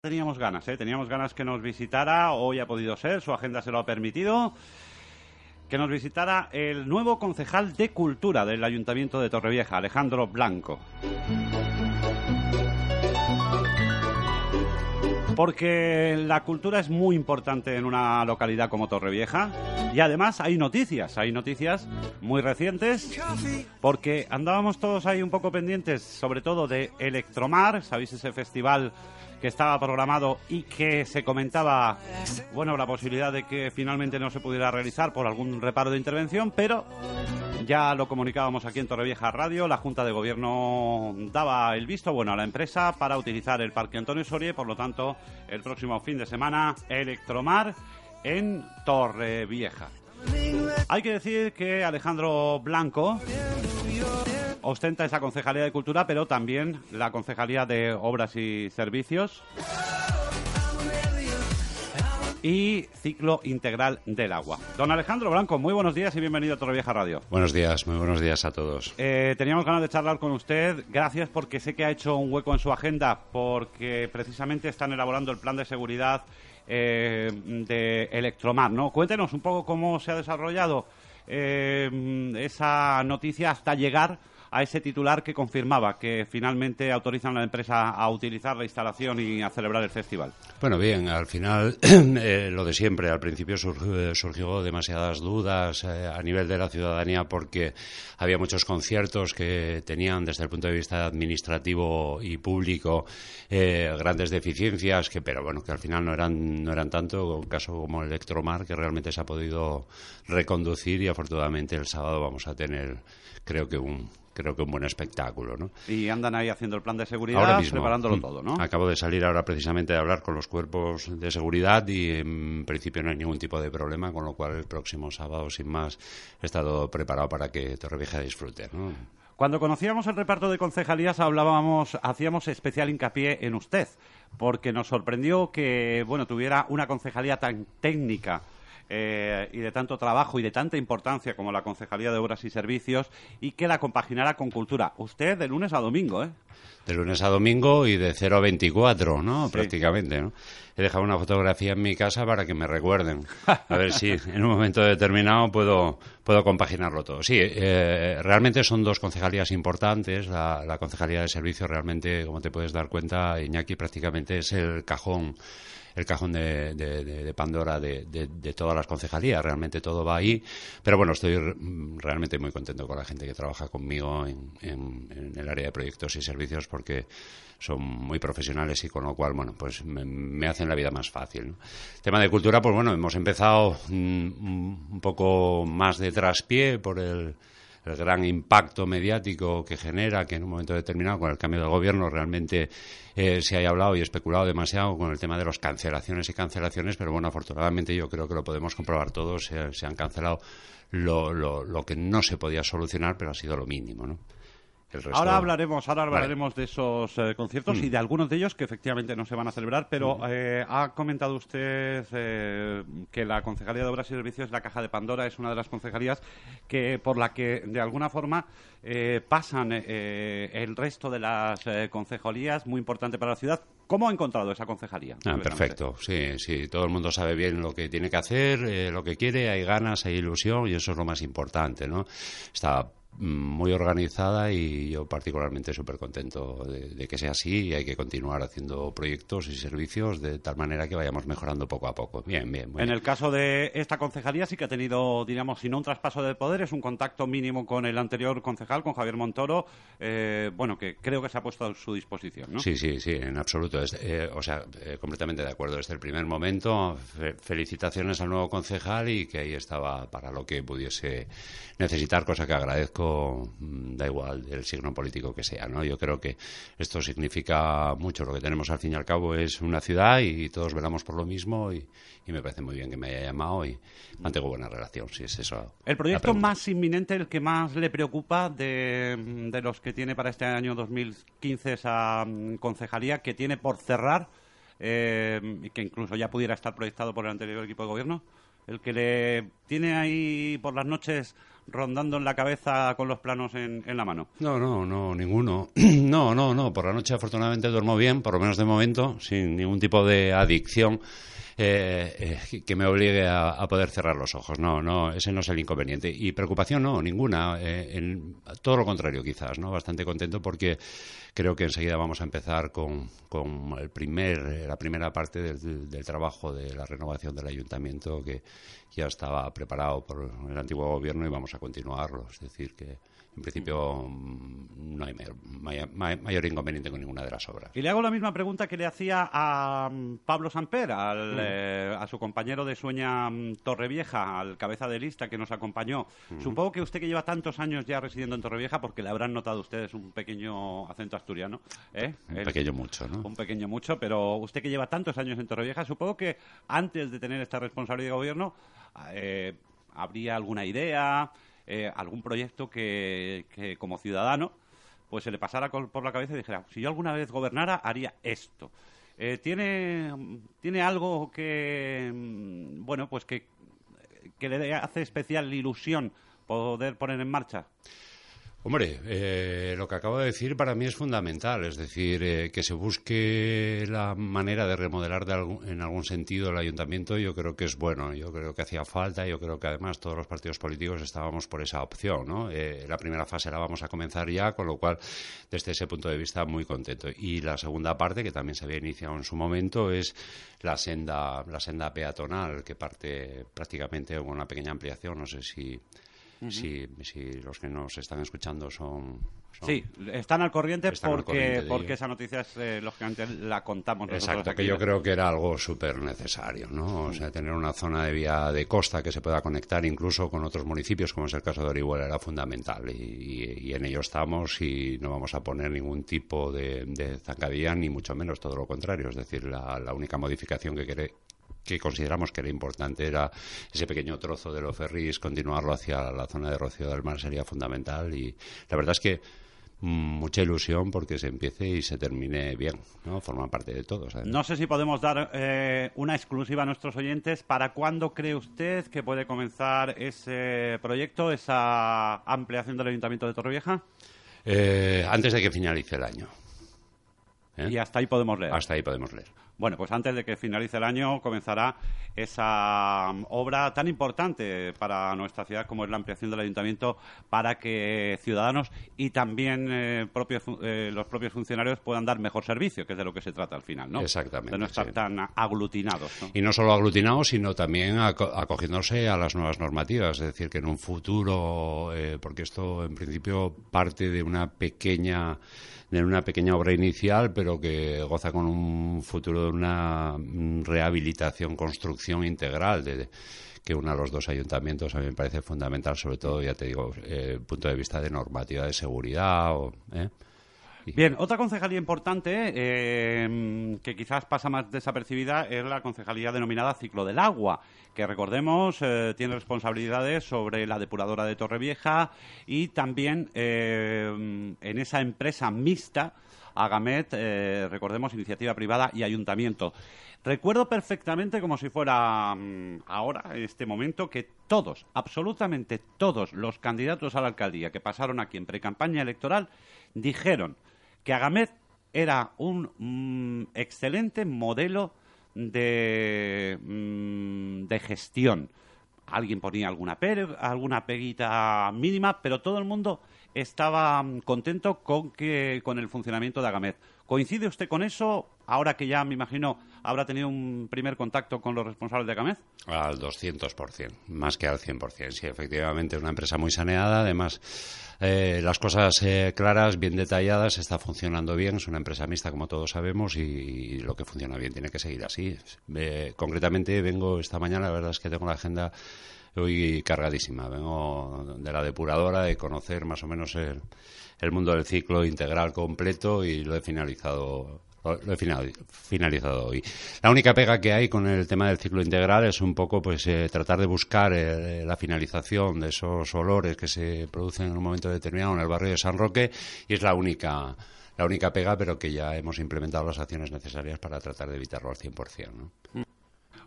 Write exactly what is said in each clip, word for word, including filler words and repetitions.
teníamos ganas, ¿eh? Teníamos ganas que nos visitara, hoy ha podido ser, su agenda se lo ha permitido, que nos visitara el nuevo concejal de Cultura del Ayuntamiento de Torrevieja, Alejandro Blanco. Porque la cultura es muy importante en una localidad como Torrevieja y además hay noticias, hay noticias muy recientes porque andábamos todos ahí un poco pendientes, sobre todo de Electromar, ¿sabéis? Ese festival que estaba programado y que se comentaba, bueno, la posibilidad de que finalmente no se pudiera realizar por algún reparo de intervención, pero ya lo comunicábamos aquí en Torrevieja Radio, la Junta de Gobierno daba el visto bueno a la empresa para utilizar el Parque Antonio Soria y, por lo tanto, el próximo fin de semana, Electromar en Torrevieja. Hay que decir que Alejandro Blanco ostenta esa Concejalía de Cultura, pero también la Concejalía de Obras y Servicios y Ciclo Integral del Agua. Don Alejandro Blanco, muy buenos días y bienvenido a Torrevieja Radio. Buenos días, muy buenos días a todos. Eh, teníamos ganas de charlar con usted, gracias porque sé que ha hecho un hueco en su agenda, porque precisamente están elaborando el plan de seguridad eh, de Electromar, ¿no? Cuéntenos un poco cómo se ha desarrollado eh, esa noticia hasta llegar a ese titular que confirmaba que finalmente autorizan a la empresa a utilizar la instalación y a celebrar el festival. Bueno, bien, al final eh, lo de siempre. Al principio surgió, surgió demasiadas dudas eh, a nivel de la ciudadanía porque había muchos conciertos que tenían desde el punto de vista administrativo y público eh, grandes deficiencias, que pero bueno, que al final no eran no eran tanto. Un caso como Electromar, que realmente se ha podido reconducir y afortunadamente el sábado vamos a tener, creo que un Creo que un buen espectáculo, ¿no? Y andan ahí haciendo el plan de seguridad, ahora mismo, preparándolo todo, ¿no? Acabo de salir ahora precisamente de hablar con los cuerpos de seguridad y en principio no hay ningún tipo de problema, con lo cual el próximo sábado, sin más, está todo preparado para que Torrevieja disfrute, ¿no? Cuando conocíamos el reparto de concejalías hablábamos, hacíamos especial hincapié en usted, porque nos sorprendió que, bueno, tuviera una concejalía tan técnica Eh, y de tanto trabajo y de tanta importancia como la Concejalía de Obras y Servicios y que la compaginara con Cultura. Usted de lunes a domingo, ¿eh? De lunes a domingo y de cero a veinticuatro, ¿no? Sí. Prácticamente, ¿no? He dejado una fotografía en mi casa para que me recuerden. A ver si en un momento determinado puedo, puedo compaginarlo todo. Sí, eh, realmente son dos concejalías importantes. La, la Concejalía de Servicios realmente, como te puedes dar cuenta, Iñaki, prácticamente es el cajón el cajón de, de, de, de Pandora de, de, de todas las concejalías, realmente todo va ahí, pero bueno, estoy realmente muy contento con la gente que trabaja conmigo en, en, en el área de proyectos y servicios porque son muy profesionales y con lo cual, bueno, pues me, me hacen la vida más fácil, ¿no? Tema de cultura, pues bueno, hemos empezado un, un poco más de traspié por el el gran impacto mediático que genera, que en un momento determinado, con el cambio de gobierno, realmente eh, se haya hablado y especulado demasiado con el tema de las cancelaciones y cancelaciones, pero bueno, afortunadamente yo creo que lo podemos comprobar todos, se, se han cancelado lo, lo, lo que no se podía solucionar, pero ha sido lo mínimo, ¿no? El resto... Ahora hablaremos, ahora hablaremos vale. de esos eh, conciertos mm. y de algunos de ellos que efectivamente no se van a celebrar, pero mm. eh, ha comentado usted eh, que la Concejalía de Obras y Servicios, la Caja de Pandora, es una de las concejalías que por la que de alguna forma eh, pasan eh, el resto de las eh, concejalías, muy importante para la ciudad. ¿Cómo ha encontrado esa concejalía? Ah, perfecto, sí, sí, todo el mundo sabe bien lo que tiene que hacer, eh, lo que quiere, hay ganas, hay ilusión y eso es lo más importante, ¿no? Está muy organizada y yo particularmente súper contento de, de que sea así y hay que continuar haciendo proyectos y servicios de tal manera que vayamos mejorando poco a poco. Bien, bien. Muy en bien. El caso de esta concejalía sí que ha tenido, diríamos, si no un traspaso de poderes, un contacto mínimo con el anterior concejal, con Javier Montoro, eh, bueno, que creo que se ha puesto a su disposición, ¿no? Sí, sí, sí, en absoluto. Es, eh, o sea, eh, completamente de acuerdo. Desde el primer momento, fe felicitaciones al nuevo concejal y que ahí estaba para lo que pudiese necesitar, cosa que agradezco. Da igual el signo político que sea, ¿no? Yo creo que esto significa mucho. Lo que tenemos al fin y al cabo es una ciudad y todos velamos por lo mismo y, y me parece muy bien que me haya llamado y mantengo buena relación, si es eso. El proyecto más inminente, el que más le preocupa de, de los que tiene para este año dos mil quince esa concejalía, que tiene por cerrar, eh, y que incluso ya pudiera estar proyectado por el anterior equipo de gobierno, el que le tiene ahí por las noches rondando en la cabeza con los planos en, en la mano. No, no, no, ninguno. No, no, no, no. Por la noche afortunadamente duermo bien, por lo menos de momento, sin ningún tipo de adicción. Eh, eh, que me obligue a, a poder cerrar los ojos. No, no, ese no es el inconveniente. Y preocupación no, ninguna. Eh, en, todo lo contrario, quizás, ¿no? Bastante contento porque creo que enseguida vamos a empezar con, con el primer, la primera parte del, del trabajo de la renovación del ayuntamiento, que ya estaba preparado por el antiguo gobierno y vamos a continuarlo. Es decir, que en principio no hay mayor, mayor inconveniente con ninguna de las obras. Y le hago la misma pregunta que le hacía a Pablo Samper, al, mm. eh, a su compañero de Sueña Torrevieja, al cabeza de lista que nos acompañó. Mm. Supongo que usted, que lleva tantos años ya residiendo en Torrevieja, porque le habrán notado ustedes un pequeño acento asturiano. ¿eh? Un El, pequeño mucho, ¿no? Un pequeño mucho, pero usted, que lleva tantos años en Torrevieja, supongo que antes de tener esta responsabilidad de gobierno eh, habría alguna idea... Eh, algún proyecto que, que como ciudadano pues se le pasara por la cabeza y dijera, si yo alguna vez gobernara haría esto. Eh, tiene tiene algo que bueno pues que, que le hace especial ilusión poder poner en marcha. Hombre, eh, lo que acabo de decir para mí es fundamental, es decir, eh, que se busque la manera de remodelar de algún, en algún sentido el ayuntamiento. Yo creo que es bueno, yo creo que hacía falta, yo creo que además todos los partidos políticos estábamos por esa opción, ¿no? Eh, la primera fase la vamos a comenzar ya, con lo cual, desde ese punto de vista, muy contento. Y la segunda parte, que también se había iniciado en su momento, es la senda, la senda peatonal, que parte prácticamente con una pequeña ampliación, no sé si... Uh-huh. Si, si los que nos están escuchando son... son sí, están al corriente están porque, al corriente porque esa noticia, es, eh, lógicamente, la contamos nosotros. Exacto, aquí. Que yo creo que era algo súper necesario, ¿no? O sea, tener una zona de vía de costa que se pueda conectar incluso con otros municipios, como es el caso de Orihuela, era fundamental. Y, y, y en ello estamos, y no vamos a poner ningún tipo de, de zancadilla, ni mucho menos, todo lo contrario. Es decir, la, la única modificación que quiere... que consideramos que era importante era ese pequeño trozo de los ferries, continuarlo hacia la zona de Rocío del Mar sería fundamental, y la verdad es que mmm, mucha ilusión porque se empiece y se termine bien, ¿no? Forma parte de todos. ¿Sabes? No sé si podemos dar eh, una exclusiva a nuestros oyentes. ¿Para cuándo cree usted que puede comenzar ese proyecto, esa ampliación del Ayuntamiento de Torrevieja? Eh, antes de que finalice el año. ¿Eh? Y hasta ahí podemos leer. Hasta ahí podemos leer. Bueno, pues antes de que finalice el año comenzará esa obra tan importante para nuestra ciudad como es la ampliación del ayuntamiento, para que ciudadanos y también eh, propios, eh, los propios funcionarios puedan dar mejor servicio, que es de lo que se trata al final, ¿no? Exactamente. De no estar sí. tan aglutinados, ¿no? Y no solo aglutinados, sino también aco- acogiéndose a las nuevas normativas. Es decir, que en un futuro, eh, porque esto en principio parte de una pequeña... de una pequeña obra inicial, pero que goza con un futuro de una rehabilitación, construcción integral de, que una a los dos ayuntamientos. A mí me parece fundamental, sobre todo, ya te digo, eh, el punto de vista de normativa de seguridad. O, ¿eh? Bien, otra concejalía importante eh, que quizás pasa más desapercibida es la concejalía denominada Ciclo del Agua, que recordemos eh, tiene responsabilidades sobre la depuradora de Torrevieja y también eh, en esa empresa mixta Agamet, eh, recordemos, iniciativa privada y ayuntamiento. Recuerdo perfectamente, como si fuera um, ahora, en este momento, que todos, absolutamente todos los candidatos a la alcaldía que pasaron aquí en precampaña electoral dijeron que Agamet era un mm, excelente modelo de, mm, de gestión. Alguien ponía alguna, pe- alguna peguita mínima, pero todo el mundo estaba mm, contento con, que, con el funcionamiento de Agamet. ¿Coincide usted con eso, ahora que ya, me imagino, habrá tenido un primer contacto con los responsables de Agamet? Al doscientos por ciento, más que al cien por ciento. Sí, efectivamente, es una empresa muy saneada. Además, eh, las cosas eh, claras, bien detalladas, está funcionando bien. Es una empresa mixta, como todos sabemos, y, y lo que funciona bien tiene que seguir así. Eh, concretamente, vengo esta mañana, la verdad es que tengo la agenda hoy cargadísima. Vengo de la depuradora, de conocer más o menos el, el mundo del ciclo integral completo, y lo he finalizado lo he finalizado hoy. La única pega que hay con el tema del ciclo integral es un poco pues eh, tratar de buscar eh, la finalización de esos olores que se producen en un momento determinado en el barrio de San Roque, y es la única la única pega, pero que ya hemos implementado las acciones necesarias para tratar de evitarlo al cien por ciento, ¿no?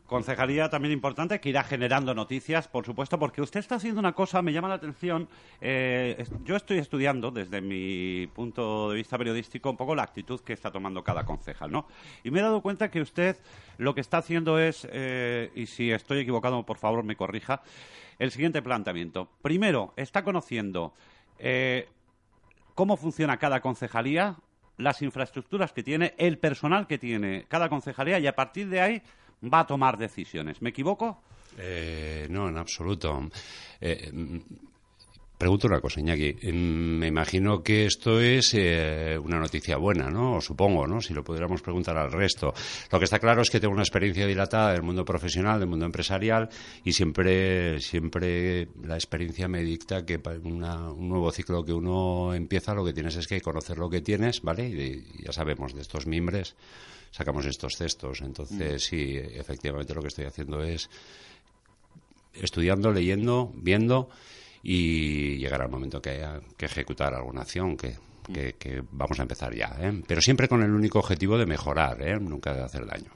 Concejalía también importante que irá generando noticias, por supuesto, porque usted está haciendo una cosa, me llama la atención. Eh, yo estoy estudiando desde mi punto de vista periodístico un poco la actitud que está tomando cada concejal, ¿no? Y me he dado cuenta que usted lo que está haciendo es, eh, y si estoy equivocado, por favor me corrija, el siguiente planteamiento. Primero, está conociendo eh, cómo funciona cada concejalía, las infraestructuras que tiene, el personal que tiene cada concejalía, y a partir de ahí va a tomar decisiones. ¿Me equivoco? Eh, no, en absoluto. Eh, pregunto una cosa, Iñaki. Me imagino que esto es eh, una noticia buena, ¿no? Supongo, ¿no? Si lo pudiéramos preguntar al resto. Lo que está claro es que tengo una experiencia dilatada del mundo profesional, del mundo empresarial, y siempre, siempre la experiencia me dicta que para una, un nuevo ciclo que uno empieza, lo que tienes es que conocer lo que tienes, ¿vale? Y, y ya sabemos, de estos mimbres sacamos estos cestos. Entonces, mm. sí, efectivamente lo que estoy haciendo es estudiando, leyendo, viendo, y llegará el momento que haya que ejecutar alguna acción que, que, que vamos a empezar ya, ¿eh? Pero siempre con el único objetivo de mejorar, ¿eh? Nunca de hacer daño.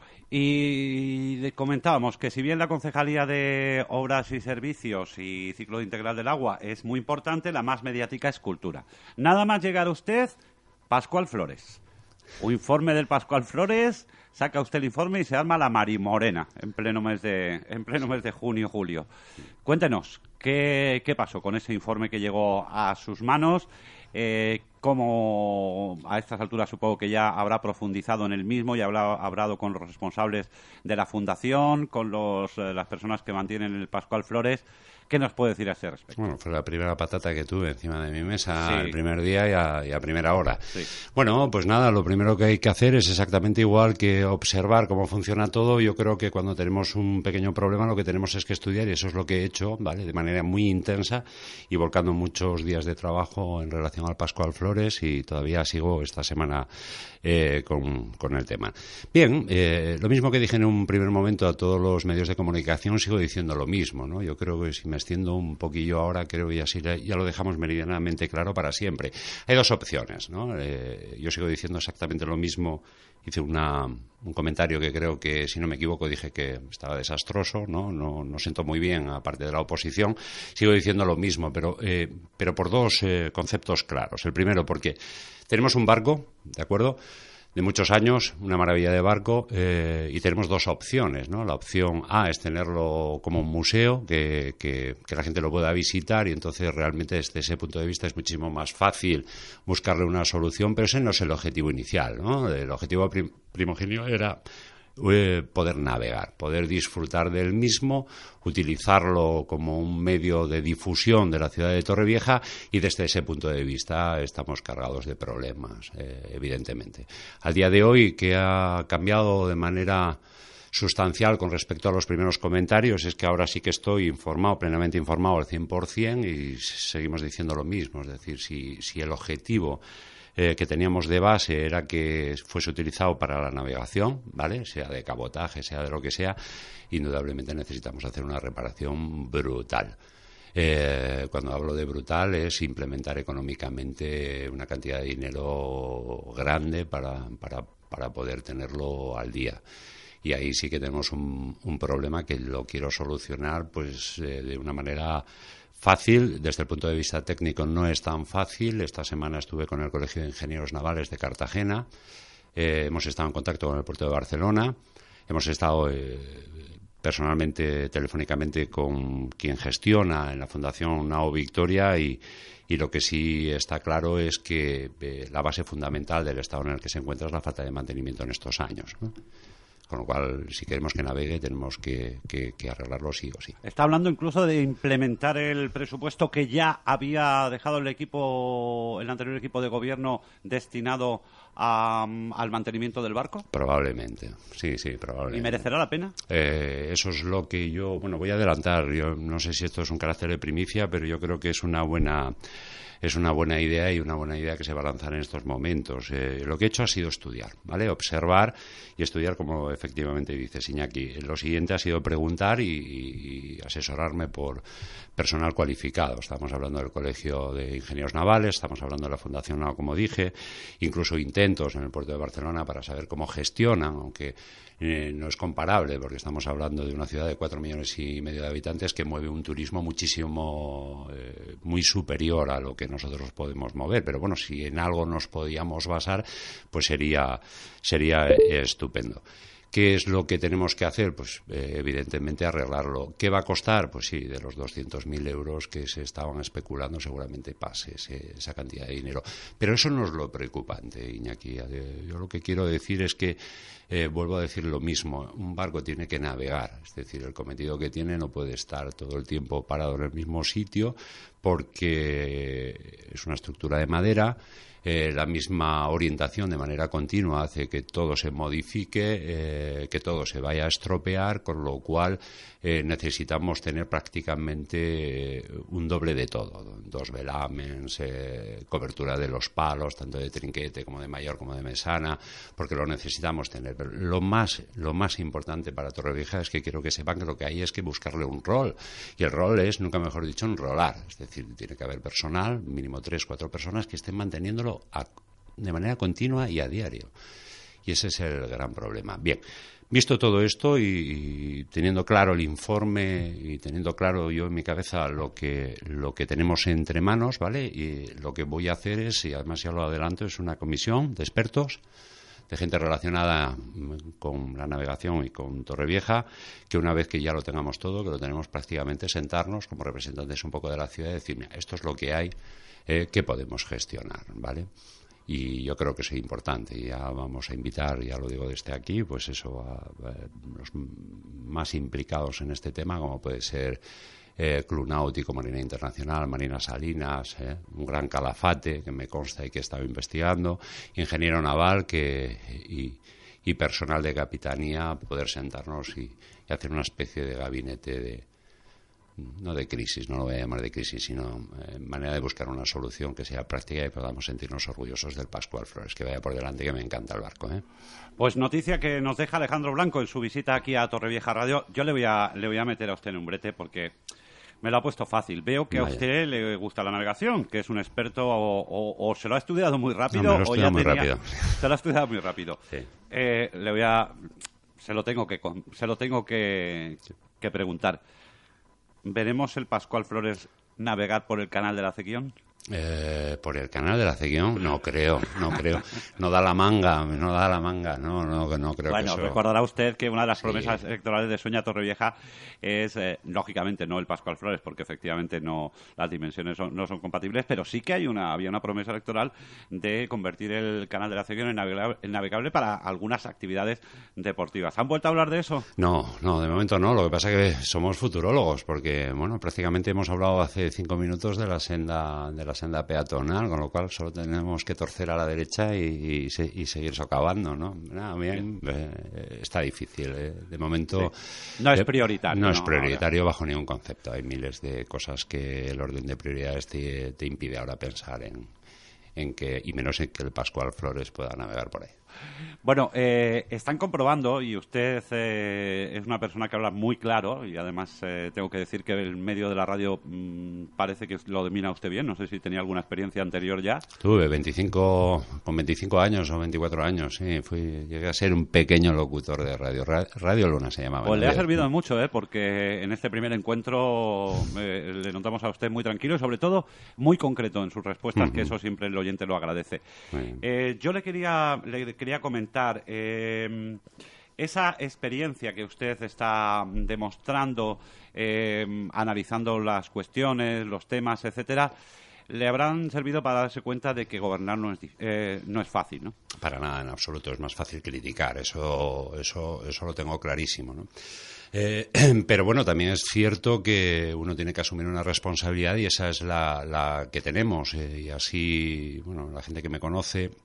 Y de, comentábamos que si bien la Concejalía de Obras y Servicios y Ciclo Integral del Agua es muy importante, la más mediática es Cultura. Nada más llegar usted, Pascual Flores. Un informe del Pascual Flores, saca usted el informe y se arma la marimorena en pleno mes de, en pleno mes de junio, julio. Cuéntenos, ¿qué, qué pasó con ese informe que llegó a sus manos? Eh, ¿Cómo a estas alturas supongo que ya habrá profundizado en el mismo y habrá hablado con los responsables de la fundación, con los, eh, las personas que mantienen el Pascual Flores? ¿Qué nos puede decir a ese respecto? Bueno, fue la primera patata que tuve encima de mi mesa, sí. el primer día y a, y a primera hora. Sí. Bueno, pues nada, lo primero que hay que hacer es exactamente igual que observar cómo funciona todo. Yo creo que cuando tenemos un pequeño problema lo que tenemos es que estudiar, y eso es lo que he hecho, ¿vale? De manera muy intensa y volcando muchos días de trabajo en relación al Pascual Flores, y todavía sigo esta semana eh, con, con el tema. Bien, eh, lo mismo que dije en un primer momento a todos los medios de comunicación, sigo diciendo lo mismo, ¿no? Yo creo que si me extiendo un poquillo ahora, creo que así ya lo dejamos meridianamente claro para siempre. Hay dos opciones, ¿no? Eh, yo sigo diciendo exactamente lo mismo. Hice una, un comentario que creo que, si no me equivoco, dije que estaba desastroso, ¿no? No, no siento muy bien, aparte de la oposición. Sigo diciendo lo mismo, pero, eh, pero por dos eh, conceptos claros. El primero, porque tenemos un barco, ¿de acuerdo?, de muchos años, una maravilla de barco, eh, y tenemos dos opciones, ¿no? La opción A es tenerlo como un museo, que, que, que la gente lo pueda visitar, y entonces realmente desde ese punto de vista es muchísimo más fácil buscarle una solución, pero ese no es el objetivo inicial, ¿no? El objetivo prim- primogenio era Eh, poder navegar, poder disfrutar del mismo, utilizarlo como un medio de difusión de la ciudad de Torrevieja, y desde ese punto de vista estamos cargados de problemas, eh, evidentemente. Al día de hoy, que ha cambiado de manera sustancial con respecto a los primeros comentarios, es que ahora sí que estoy informado, plenamente informado al cien por ciento, y seguimos diciendo lo mismo. Es decir, si, si el objetivo Eh, que teníamos de base era que fuese utilizado para la navegación, ¿vale?, sea de cabotaje, sea de lo que sea, indudablemente necesitamos hacer una reparación brutal. Eh, cuando hablo de brutal es implementar económicamente una cantidad de dinero grande para, para, para poder tenerlo al día. Y ahí sí que tenemos un, un problema que lo quiero solucionar pues eh, de una manera fácil. Desde el punto de vista técnico no es tan fácil. Esta semana estuve con el Colegio de Ingenieros Navales de Cartagena, eh, hemos estado en contacto con el Puerto de Barcelona, hemos estado eh, personalmente, telefónicamente, con quien gestiona en la Fundación Nao Victoria, y, y lo que sí está claro es que eh, la base fundamental del estado en el que se encuentra es la falta de mantenimiento en estos años, ¿no? Con lo cual, si queremos que navegue, tenemos que, que, que arreglarlo sí o sí. Está hablando incluso de implementar el presupuesto que ya había dejado el equipo, el anterior equipo de gobierno, destinado a, al mantenimiento del barco. Probablemente, sí, sí, probablemente. ¿Y merecerá la pena? Eh, eso es lo que yo, bueno, voy a adelantar. Yo no sé si esto es un carácter de primicia, pero yo creo que es una buena... Es una buena idea, y una buena idea que se va a lanzar en estos momentos. Eh, lo que he hecho ha sido estudiar, ¿vale? Observar y estudiar cómo efectivamente efectivamente dices, Iñaki. Lo siguiente ha sido preguntar y, y asesorarme por personal cualificado. Estamos hablando del Colegio de Ingenieros Navales, estamos hablando de la Fundación Nao, como dije, incluso intentos en el puerto de Barcelona para saber cómo gestionan, aunque eh, no es comparable, porque estamos hablando de una ciudad de cuatro millones y medio de habitantes que mueve un turismo muchísimo, eh, muy superior a lo que nosotros podemos mover. Pero bueno, si en algo nos podíamos basar, pues sería, sería eh, estupendo. ¿Qué es lo que tenemos que hacer? Pues eh, evidentemente arreglarlo. ¿Qué va a costar? Pues sí, de los doscientos mil euros que se estaban especulando seguramente pase ese, esa cantidad de dinero. Pero eso no es lo preocupante, Iñaki. Yo lo que quiero decir es que, eh, vuelvo a decir lo mismo, un barco tiene que navegar. Es decir, el cometido que tiene no puede estar todo el tiempo parado en el mismo sitio porque es una estructura de madera. Eh, la misma orientación de manera continua hace que todo se modifique, eh, que todo se vaya a estropear, con lo cual eh, necesitamos tener prácticamente eh, un doble de todo. Dos velamens, eh, cobertura de los palos, tanto de trinquete como de mayor como de mesana, porque lo necesitamos tener. Pero lo más, lo más importante para Torrevieja es que quiero que sepan que lo que hay es que buscarle un rol. Y el rol es, nunca mejor dicho, enrolar. Es decir, tiene que haber personal, mínimo tres, cuatro personas que estén manteniéndolo A, de manera continua y a diario. Y ese es el gran problema. Bien, visto todo esto y, y teniendo claro el informe y teniendo claro yo en mi cabeza lo que, lo que tenemos entre manos, ¿vale? Y lo que voy a hacer es, y además ya lo adelanto, es una comisión de expertos, de gente relacionada con la navegación y con Torrevieja, que una vez que ya lo tengamos todo, que lo tenemos prácticamente, sentarnos como representantes un poco de la ciudad y decir, mira, esto es lo que hay, eh, que podemos gestionar, ¿vale? Y yo creo que es importante. Ya vamos a invitar, ya lo digo desde aquí, pues eso, a, a los más implicados en este tema, como puede ser eh, Club Náutico, Marina Internacional, Marina Salinas, eh, un gran Calafate, que me consta y que he estado investigando, ingeniero naval que, y, y personal de capitanía, poder sentarnos y, y hacer una especie de gabinete de no de crisis, no lo voy a llamar de crisis, sino eh, manera de buscar una solución que sea práctica y podamos sentirnos orgullosos del Pascual Flores, que vaya por delante, que me encanta el barco, ¿eh? Pues noticia que nos deja Alejandro Blanco en su visita aquí a Torrevieja Radio. Yo le voy a, le voy a meter a usted en un brete porque me lo ha puesto fácil. Veo que Vaya. a usted le gusta la navegación, que es un experto o, o, o se lo ha estudiado muy rápido. No, me lo o ya muy tenía, rápido. Se lo ha estudiado muy rápido. Sí. Eh, le voy a... Se lo tengo que, se lo tengo que, que preguntar. ¿Veremos el Pascual Flores navegar por el canal de la Cequión? Eh, por el canal de la Cequión, no creo, no creo. No da la manga, no da la manga, no, no, no creo bueno, que eso... recordará usted que una de las sí. promesas electorales de Sueña Torrevieja es, eh, lógicamente, no el Pascual Flores, porque efectivamente no las dimensiones son, no son compatibles, pero sí que hay una había una promesa electoral de convertir el canal de la Cequión en navegable, en navegable para algunas actividades deportivas. ¿Han vuelto a hablar de eso? No, no, de momento no. Lo que pasa es que somos futurólogos, porque, bueno, prácticamente hemos hablado hace cinco minutos de la senda de la senda peatonal, con lo cual solo tenemos que torcer a la derecha y, y, se, y seguir socavando, ¿no? No, bien, eh, está difícil. Eh. De momento... Sí. No es prioritario. No, no es no, prioritario ahora. Bajo ningún concepto. Hay miles de cosas que el orden de prioridades te, te impide ahora pensar en, en que, y menos en que el Pascual Flores pueda navegar por ahí. Bueno, eh, están comprobando, y usted eh, es una persona que habla muy claro, y además eh, tengo que decir que el medio de la radio mmm, parece que lo domina usted bien. No sé si tenía alguna experiencia anterior ya. Tuve veinticinco, con veinticinco años o veinticuatro años, sí, fui, llegué a ser un pequeño locutor de radio. Radio Luna se llamaba. Pues le ha servido mucho, ¿eh? Porque en este primer encuentro eh, le notamos a usted muy tranquilo y sobre todo muy concreto en sus respuestas, uh-huh. que eso siempre el oyente lo agradece. Uh-huh. Eh, yo le quería... Le, quería comentar eh, esa experiencia que usted está demostrando eh, analizando las cuestiones, los temas, etcétera, le habrán servido para darse cuenta de que gobernar no es, eh, no es fácil, ¿no? Para nada, en absoluto. Es más fácil criticar, eso eso eso lo tengo clarísimo, ¿no? Eh, pero bueno, también es cierto que uno tiene que asumir una responsabilidad y esa es la, la que tenemos, eh, y así, bueno, la gente que me conoce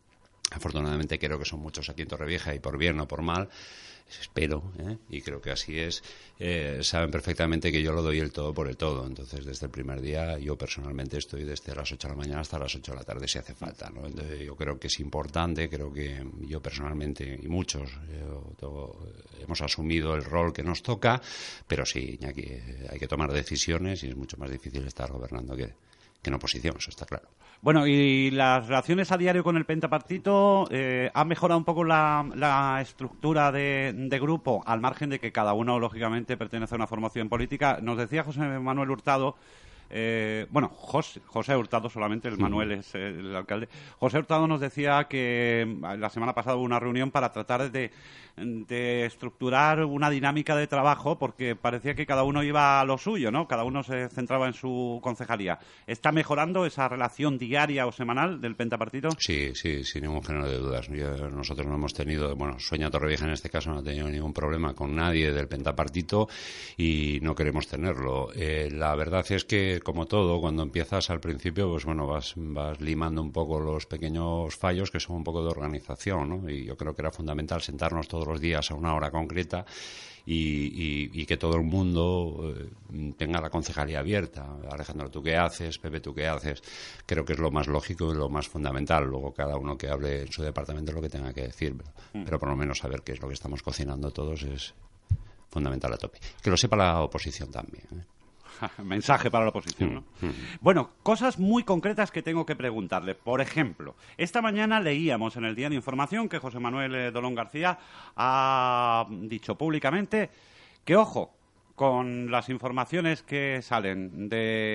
Afortunadamente creo que son muchos aquí en Torrevieja y por bien o por mal, espero, ¿eh? Y creo que así es, eh, saben perfectamente que yo lo doy el todo por el todo. Entonces, desde el primer día, yo personalmente estoy desde las ocho de la mañana hasta las ocho de la tarde si hace falta, ¿no? Entonces, yo creo que es importante, creo que yo personalmente y muchos eh, todo, hemos asumido el rol que nos toca, pero sí, Iñaki, hay que tomar decisiones y es mucho más difícil estar gobernando que, que en oposición, eso está claro. Bueno, y las relaciones a diario con el pentapartito, eh, ¿ha mejorado un poco la, la estructura de, de grupo, al margen de que cada uno, lógicamente, pertenece a una formación política? Nos decía José Manuel Hurtado, eh, bueno, José, José Hurtado solamente, el sí. Manuel es el alcalde. José Hurtado nos decía que la semana pasada hubo una reunión para tratar de, de estructurar una dinámica de trabajo, porque parecía que cada uno iba a lo suyo, ¿no? Cada uno se centraba en su concejalía. ¿Está mejorando esa relación diaria o semanal del pentapartito? Sí, sí, sin ningún género de dudas. Yo, nosotros no hemos tenido, bueno, Sueña Torrevieja en este caso no ha tenido ningún problema con nadie del pentapartito y no queremos tenerlo. Eh, la verdad es que, como todo, cuando empiezas al principio, pues bueno, vas, vas limando un poco los pequeños fallos que son un poco de organización, ¿no? Y yo creo que era fundamental sentarnos todos los días a una hora concreta y, y, y que todo el mundo eh, tenga la concejalía abierta. Alejandro, ¿tú qué haces? Pepe, ¿tú qué haces? Creo que es lo más lógico y lo más fundamental. Luego cada uno que hable en su departamento lo que tenga que decir, pero, mm. pero por lo menos saber qué es lo que estamos cocinando todos es fundamental a tope. Que lo sepa la oposición también, ¿eh? Mensaje para la oposición, ¿no? Mm, mm. Bueno, cosas muy concretas que tengo que preguntarle. Por ejemplo, esta mañana leíamos en el Diario Información que José Manuel eh, Dolón García ha dicho públicamente que, ojo, con las informaciones que salen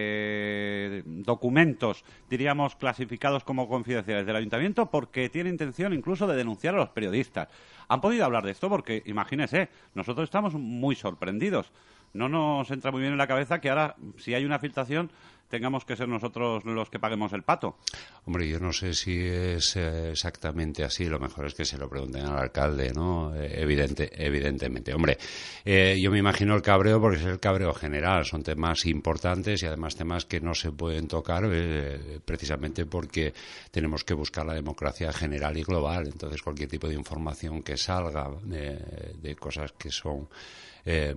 de documentos, diríamos, clasificados como confidenciales del Ayuntamiento, porque tiene intención incluso de denunciar a los periodistas. ¿Han podido hablar de esto? Porque, imagínese, nosotros estamos muy sorprendidos. No nos entra muy bien en la cabeza que ahora, si hay una filtración, tengamos que ser nosotros los que paguemos el pato. Hombre, yo no sé si es eh, exactamente así. Lo mejor es que se lo pregunten al alcalde, ¿no? Eh, evidente, evidentemente. Hombre, eh, yo me imagino el cabreo porque es el cabreo general. Son temas importantes y además temas que no se pueden tocar eh, precisamente porque tenemos que buscar la democracia general y global. Entonces, cualquier tipo de información que salga eh, de cosas que son Eh,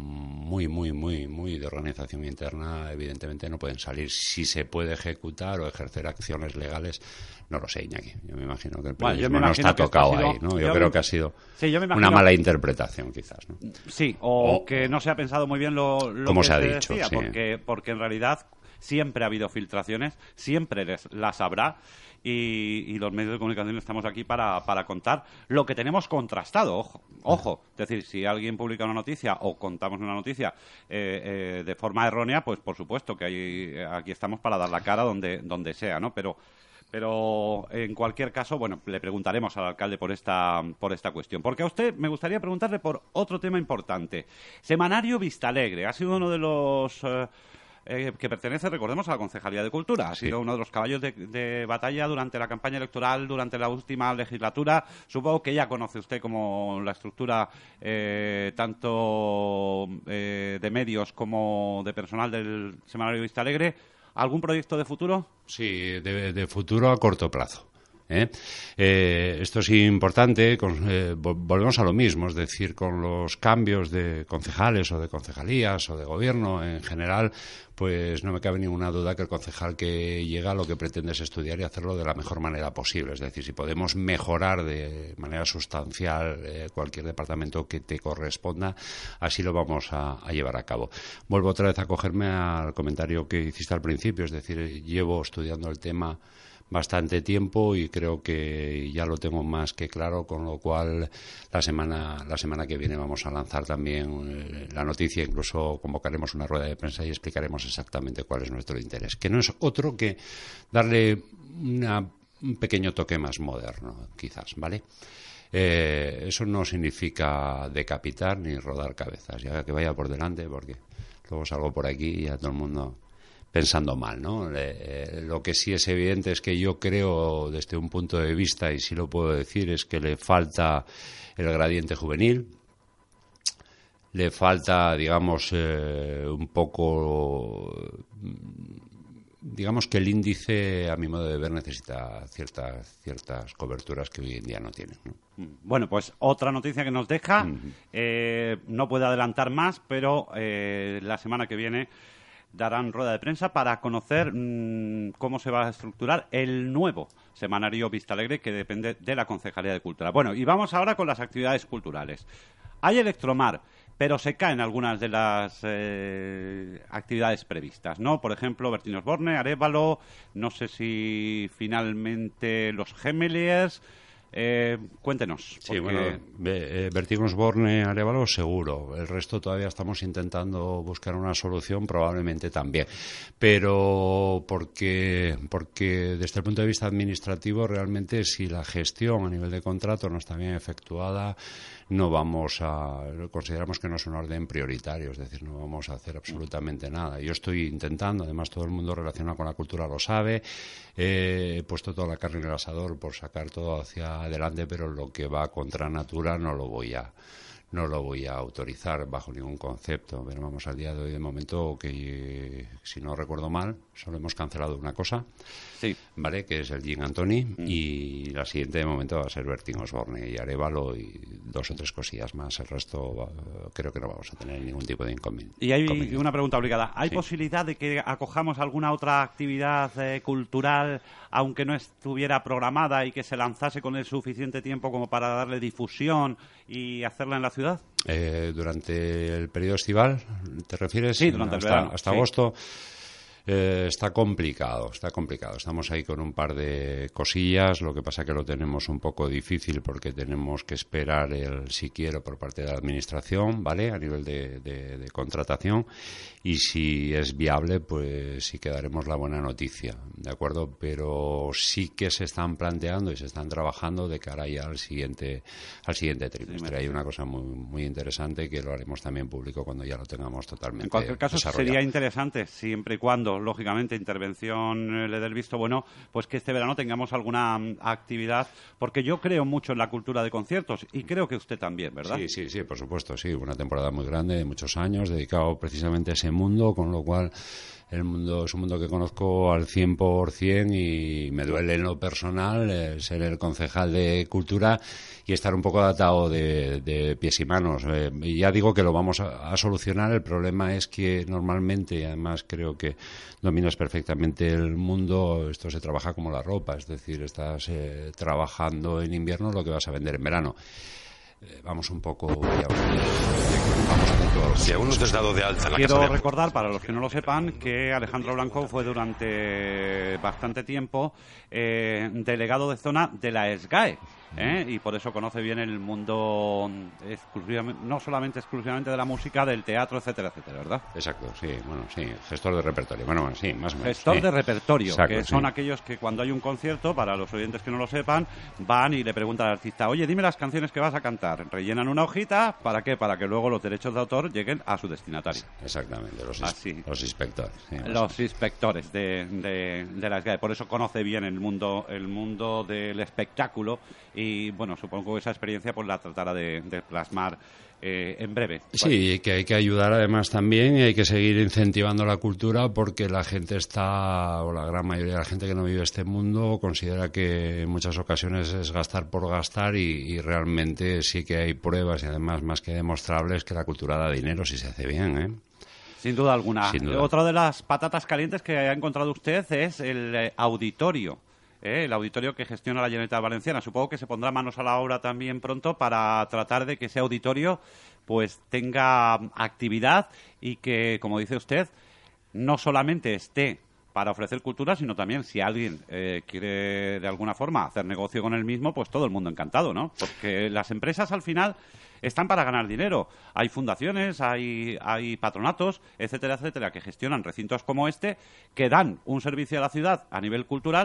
muy, muy, muy, muy de organización interna, evidentemente no pueden salir. Si se puede ejecutar o ejercer acciones legales, no lo sé, Iñaki. Yo me imagino que el periodismo bueno, no está tocado sido, ahí, ¿no? Yo, yo creo me, que ha sido sí, yo me una mala interpretación, quizás, ¿no? Sí, o, o que no se ha pensado muy bien lo, lo como que se ha se dicho, decía, sí. porque, porque en realidad siempre ha habido filtraciones, siempre les, las habrá. Y, y los medios de comunicación estamos aquí para, para contar lo que tenemos contrastado, ojo, ojo. Es decir, si alguien publica una noticia o contamos una noticia eh, eh, de forma errónea, pues por supuesto que hay, aquí estamos para dar la cara donde, donde sea, ¿no? Pero, pero en cualquier caso, bueno, le preguntaremos al alcalde por esta, por esta cuestión. Porque a usted me gustaría preguntarle por otro tema importante. Semanario Vistalegre ha sido uno de los... Eh, Eh, que pertenece, recordemos, a la Concejalía de Cultura. Ha sí. sido uno de los caballos de, de batalla durante la campaña electoral, durante la última legislatura. Supongo que ya conoce usted como la estructura eh, tanto eh, de medios como de personal del Semanario Vistalegre. ¿Algún proyecto de futuro? Sí, de, de futuro a corto plazo. ¿Eh? Eh, esto es importante, con, eh, volvemos a lo mismo, es decir, con los cambios de concejales o de concejalías o de gobierno en general, pues no me cabe ninguna duda que el concejal que llega lo que pretende es estudiar y hacerlo de la mejor manera posible. Es decir, si podemos mejorar de manera sustancial eh, cualquier departamento que te corresponda, así lo vamos a, a llevar a cabo. Vuelvo otra vez a cogerme al comentario que hiciste al principio, es decir, llevo estudiando el tema bastante tiempo y creo que ya lo tengo más que claro, con lo cual la semana la semana que viene vamos a lanzar también eh, la noticia, incluso convocaremos una rueda de prensa y explicaremos exactamente cuál es nuestro interés, que no es otro que darle una, un pequeño toque más moderno, quizás, ¿vale? Eh, eso no significa decapitar ni rodar cabezas, ya que vaya por delante, porque luego salgo por aquí y ya todo el mundo pensando mal, ¿no? Eh, lo que sí es evidente es que yo creo, desde un punto de vista, y sí lo puedo decir, es que le falta el gradiente juvenil, le falta, digamos, eh, un poco digamos que el índice, a mi modo de ver, necesita ciertas ciertas coberturas que hoy en día no tiene, ¿no? Bueno, pues otra noticia que nos deja, Uh-huh. eh, no puede adelantar más, pero eh, la semana que viene darán rueda de prensa para conocer mmm, cómo se va a estructurar el nuevo semanario Vista Alegre, que depende de la Concejalía de Cultura. Bueno, y vamos ahora con las actividades culturales. Hay Electromar, pero se caen algunas de las eh, actividades previstas, ¿no? Por ejemplo, Bertín Osborne, Arévalo, no sé si finalmente los Gemeliers. Eh, cuéntenos. Sí, porque... bueno, eh, Bertín Osborne, Arévalo, seguro. El resto todavía estamos intentando buscar una solución, probablemente también. Pero porque, porque desde el punto de vista administrativo, realmente si la gestión a nivel de contrato no está bien efectuada, no vamos a... consideramos que no es un orden prioritario, es decir, no vamos a hacer absolutamente nada. Yo estoy intentando, además todo el mundo relacionado con la cultura lo sabe, eh, he puesto toda la carne en el asador por sacar todo hacia adelante, pero lo que va contra natura no lo voy a no lo voy a autorizar bajo ningún concepto. Pero vamos, al día de hoy, de momento, que si no recuerdo mal, solo hemos cancelado una cosa, sí, vale, que es el Gin Antoni, mm. y la siguiente de momento va a ser Bertín Osborne y Arévalo y dos o tres cosillas más. El resto va, creo que no vamos a tener ningún tipo de inconveniente. Y hay una pregunta obligada. ¿Hay sí. posibilidad de que acojamos alguna otra actividad eh, cultural, aunque no estuviera programada, y que se lanzase con el suficiente tiempo como para darle difusión y hacerla en la ciudad? Eh, durante el periodo estival, ¿te refieres? Sí, durante hasta, el verano. Hasta sí. agosto. Eh, está complicado, está complicado. Estamos ahí con un par de cosillas, lo que pasa que lo tenemos un poco difícil porque tenemos que esperar el si quiero por parte de la administración, ¿vale? A nivel de, de, de contratación, y si es viable, pues sí que daremos la buena noticia, ¿de acuerdo? Pero sí que se están planteando y se están trabajando de cara ya al siguiente al siguiente trimestre. Hay una cosa muy muy interesante que lo haremos también público cuando ya lo tengamos totalmente En cualquier caso, desarrollado. Sería interesante, siempre y cuando, lógicamente, intervención eh, le dé el visto bueno, pues que este verano tengamos alguna um, actividad, porque yo creo mucho en la cultura de conciertos, y creo que usted también, ¿verdad? Sí, sí, sí, por supuesto, sí. Una temporada muy grande, de muchos años, dedicado precisamente a ese mundo, con lo cual el mundo es un mundo que conozco al cien por cien y me duele en lo personal eh, ser el concejal de Cultura y estar un poco atado de, de pies y manos. Eh, y ya digo que lo vamos a, a solucionar. El problema es que normalmente, y además creo que dominas perfectamente el mundo, esto se trabaja como la ropa, es decir, estás eh, trabajando en invierno lo que vas a vender en verano. Eh, vamos un poco... Ya, vamos a punto. Si aún no te has dado de alta en la Quiero casa de... recordar, para los que no lo sepan, que Alejandro Blanco fue durante bastante tiempo eh, delegado de zona de la SGAE, ¿eh? Y por eso conoce bien el mundo, exclusivamente, no solamente exclusivamente de la música, del teatro, etcétera, etcétera, ¿verdad? Exacto, sí, bueno, sí, gestor de repertorio, bueno, bueno, sí, más o menos. Gestor sí. de repertorio, Exacto, que sí. son aquellos que cuando hay un concierto, para los oyentes que no lo sepan, van y le preguntan al artista, oye, dime las canciones que vas a cantar. Rellenan una hojita, ¿para qué? Para que luego los derechos de autor lleguen a su destinatario. Exactamente, los, Así. los inspectores. Sí, Los inspectores de, de, de la SGAE. Por eso conoce bien el mundo el mundo del espectáculo y, bueno, supongo que esa experiencia pues la tratará de, de plasmar eh, en breve. Sí, que hay que ayudar además también y hay que seguir incentivando la cultura porque la gente está, o la gran mayoría de la gente que no vive este mundo considera que en muchas ocasiones es gastar por gastar y, y realmente sí que hay pruebas y además más que demostrables que la cultura da dinero si se hace bien, ¿eh? Sin duda alguna. Sin duda. Otra de las patatas calientes que ha encontrado usted es el eh, auditorio. ¿eh? El auditorio que gestiona la Generalitat Valenciana. Supongo que se pondrá manos a la obra también pronto para tratar de que ese auditorio pues tenga actividad y que, como dice usted, no solamente esté para ofrecer cultura, sino también si alguien eh, quiere de alguna forma hacer negocio con el mismo, pues todo el mundo encantado, ¿no? Porque las empresas al final están para ganar dinero. Hay fundaciones, hay, hay patronatos, etcétera, etcétera, que gestionan recintos como este, que dan un servicio a la ciudad a nivel cultural,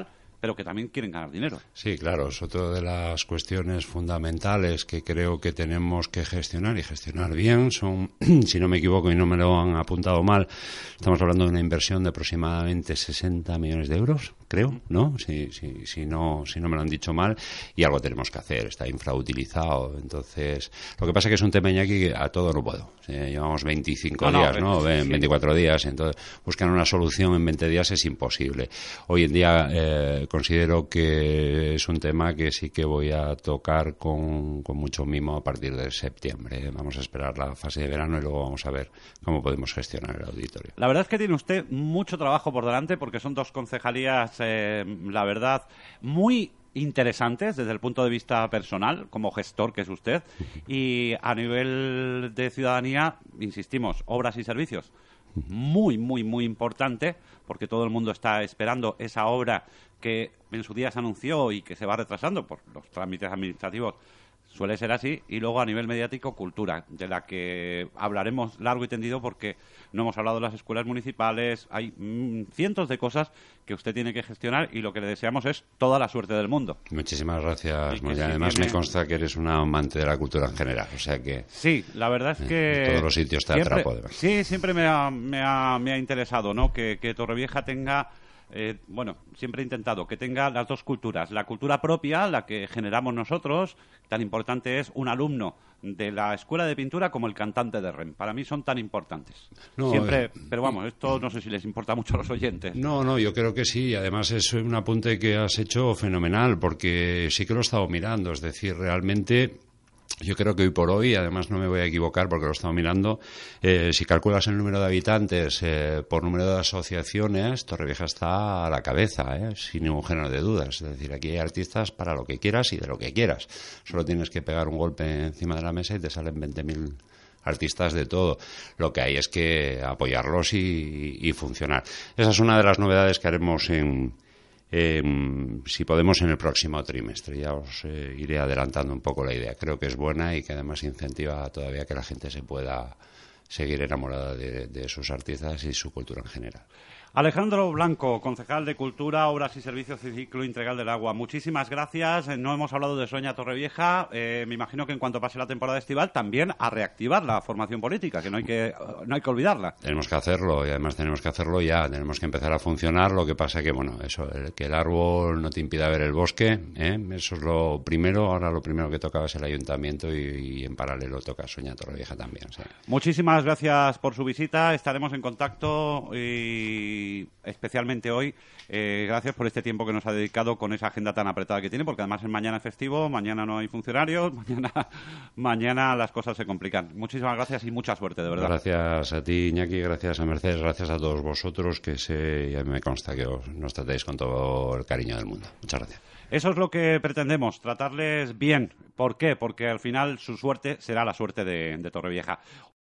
pero que también quieren ganar dinero. Sí, claro, es otra de las cuestiones fundamentales que creo que tenemos que gestionar y gestionar bien. Son, si no me equivoco y no me lo han apuntado mal, estamos hablando de una inversión de aproximadamente sesenta millones de euros, creo, ¿no? Si, si, si no, si no me lo han dicho mal, y algo tenemos que hacer, está infrautilizado. Entonces, lo que pasa es que es un tema, Iñaki, que a todo no puedo. Sí, llevamos veinticinco no, días, ¿no? ¿no? Sí. veinticuatro días, entonces buscar una solución en veinte días es imposible. Hoy en día eh, considero que es un tema que sí que voy a tocar con, con mucho mimo a partir de septiembre. Vamos a esperar la fase de verano y luego vamos a ver cómo podemos gestionar el auditorio. La verdad es que tiene usted mucho trabajo por delante porque son dos concejalías, eh, la verdad, muy interesantes desde el punto de vista personal, como gestor que es usted, y a nivel de ciudadanía, insistimos, obras y servicios. Muy, muy, muy importante, porque todo el mundo está esperando esa obra que en su día se anunció y que se va retrasando por los trámites administrativos. Suele ser así. Y luego, a nivel mediático, cultura, de la que hablaremos largo y tendido porque no hemos hablado de las escuelas municipales. Hay mmm, cientos de cosas que usted tiene que gestionar y lo que le deseamos es toda la suerte del mundo. Muchísimas gracias, Moya. Sí, además, tiene... me consta que eres una amante de la cultura en general, o sea que... Sí, la verdad es que... En todos los sitios te siempre, atrapo, además. Sí, siempre me ha, me ha, me ha interesado, ¿no? Que, que Torrevieja tenga... Eh, bueno, siempre he intentado que tenga las dos culturas. La cultura propia, la que generamos nosotros, tan importante es un alumno de la escuela de pintura como el cantante de R E M. Para mí son tan importantes. No, siempre, eh, pero vamos, esto no sé si les importa mucho a los oyentes. No, no, yo creo que sí. Además es un apunte que has hecho fenomenal, porque sí que lo he estado mirando. Es decir, realmente... Yo creo que hoy por hoy, además no me voy a equivocar porque lo he estado mirando, eh, si calculas el número de habitantes eh, por número de asociaciones, Torrevieja está a la cabeza, eh, sin ningún género de dudas. Es decir, aquí hay artistas para lo que quieras y de lo que quieras. Solo tienes que pegar un golpe encima de la mesa y te salen veinte mil artistas de todo. Lo que hay es que apoyarlos y, y funcionar. Esa es una de las novedades que haremos en... Eh, si podemos en el próximo trimestre. Ya os eh, iré adelantando un poco la idea. Creo que es buena y que además incentiva todavía que la gente se pueda seguir enamorada de, de sus artistas y su cultura en general. Alejandro Blanco, concejal de Cultura, Obras y Servicios y Ciclo Integral del Agua. Muchísimas gracias. No hemos hablado de Sueña Torrevieja. Eh, me imagino que en cuanto pase la temporada estival también a reactivar la formación política, que no hay que no hay que olvidarla. Tenemos que hacerlo y además tenemos que hacerlo ya. Tenemos que empezar a funcionar. Lo que pasa que, bueno, eso, el, que el árbol no te impida ver el bosque, ¿eh? Eso es lo primero. Ahora lo primero que tocaba es el ayuntamiento y, y en paralelo toca Sueña Torrevieja también. ¿Sí? Muchísimas gracias por su visita. Estaremos en contacto y Y especialmente hoy, eh, gracias por este tiempo que nos ha dedicado con esa agenda tan apretada que tiene, porque además es mañana festivo, mañana no hay funcionarios, mañana, mañana las cosas se complican. Muchísimas gracias y mucha suerte, de verdad. Gracias a ti, Iñaki, gracias a Mercedes, gracias a todos vosotros, que sé, ya me consta que os, nos tratéis con todo el cariño del mundo. Muchas gracias. Eso es lo que pretendemos, tratarles bien. ¿Por qué? Porque al final su suerte será la suerte de, de Torrevieja.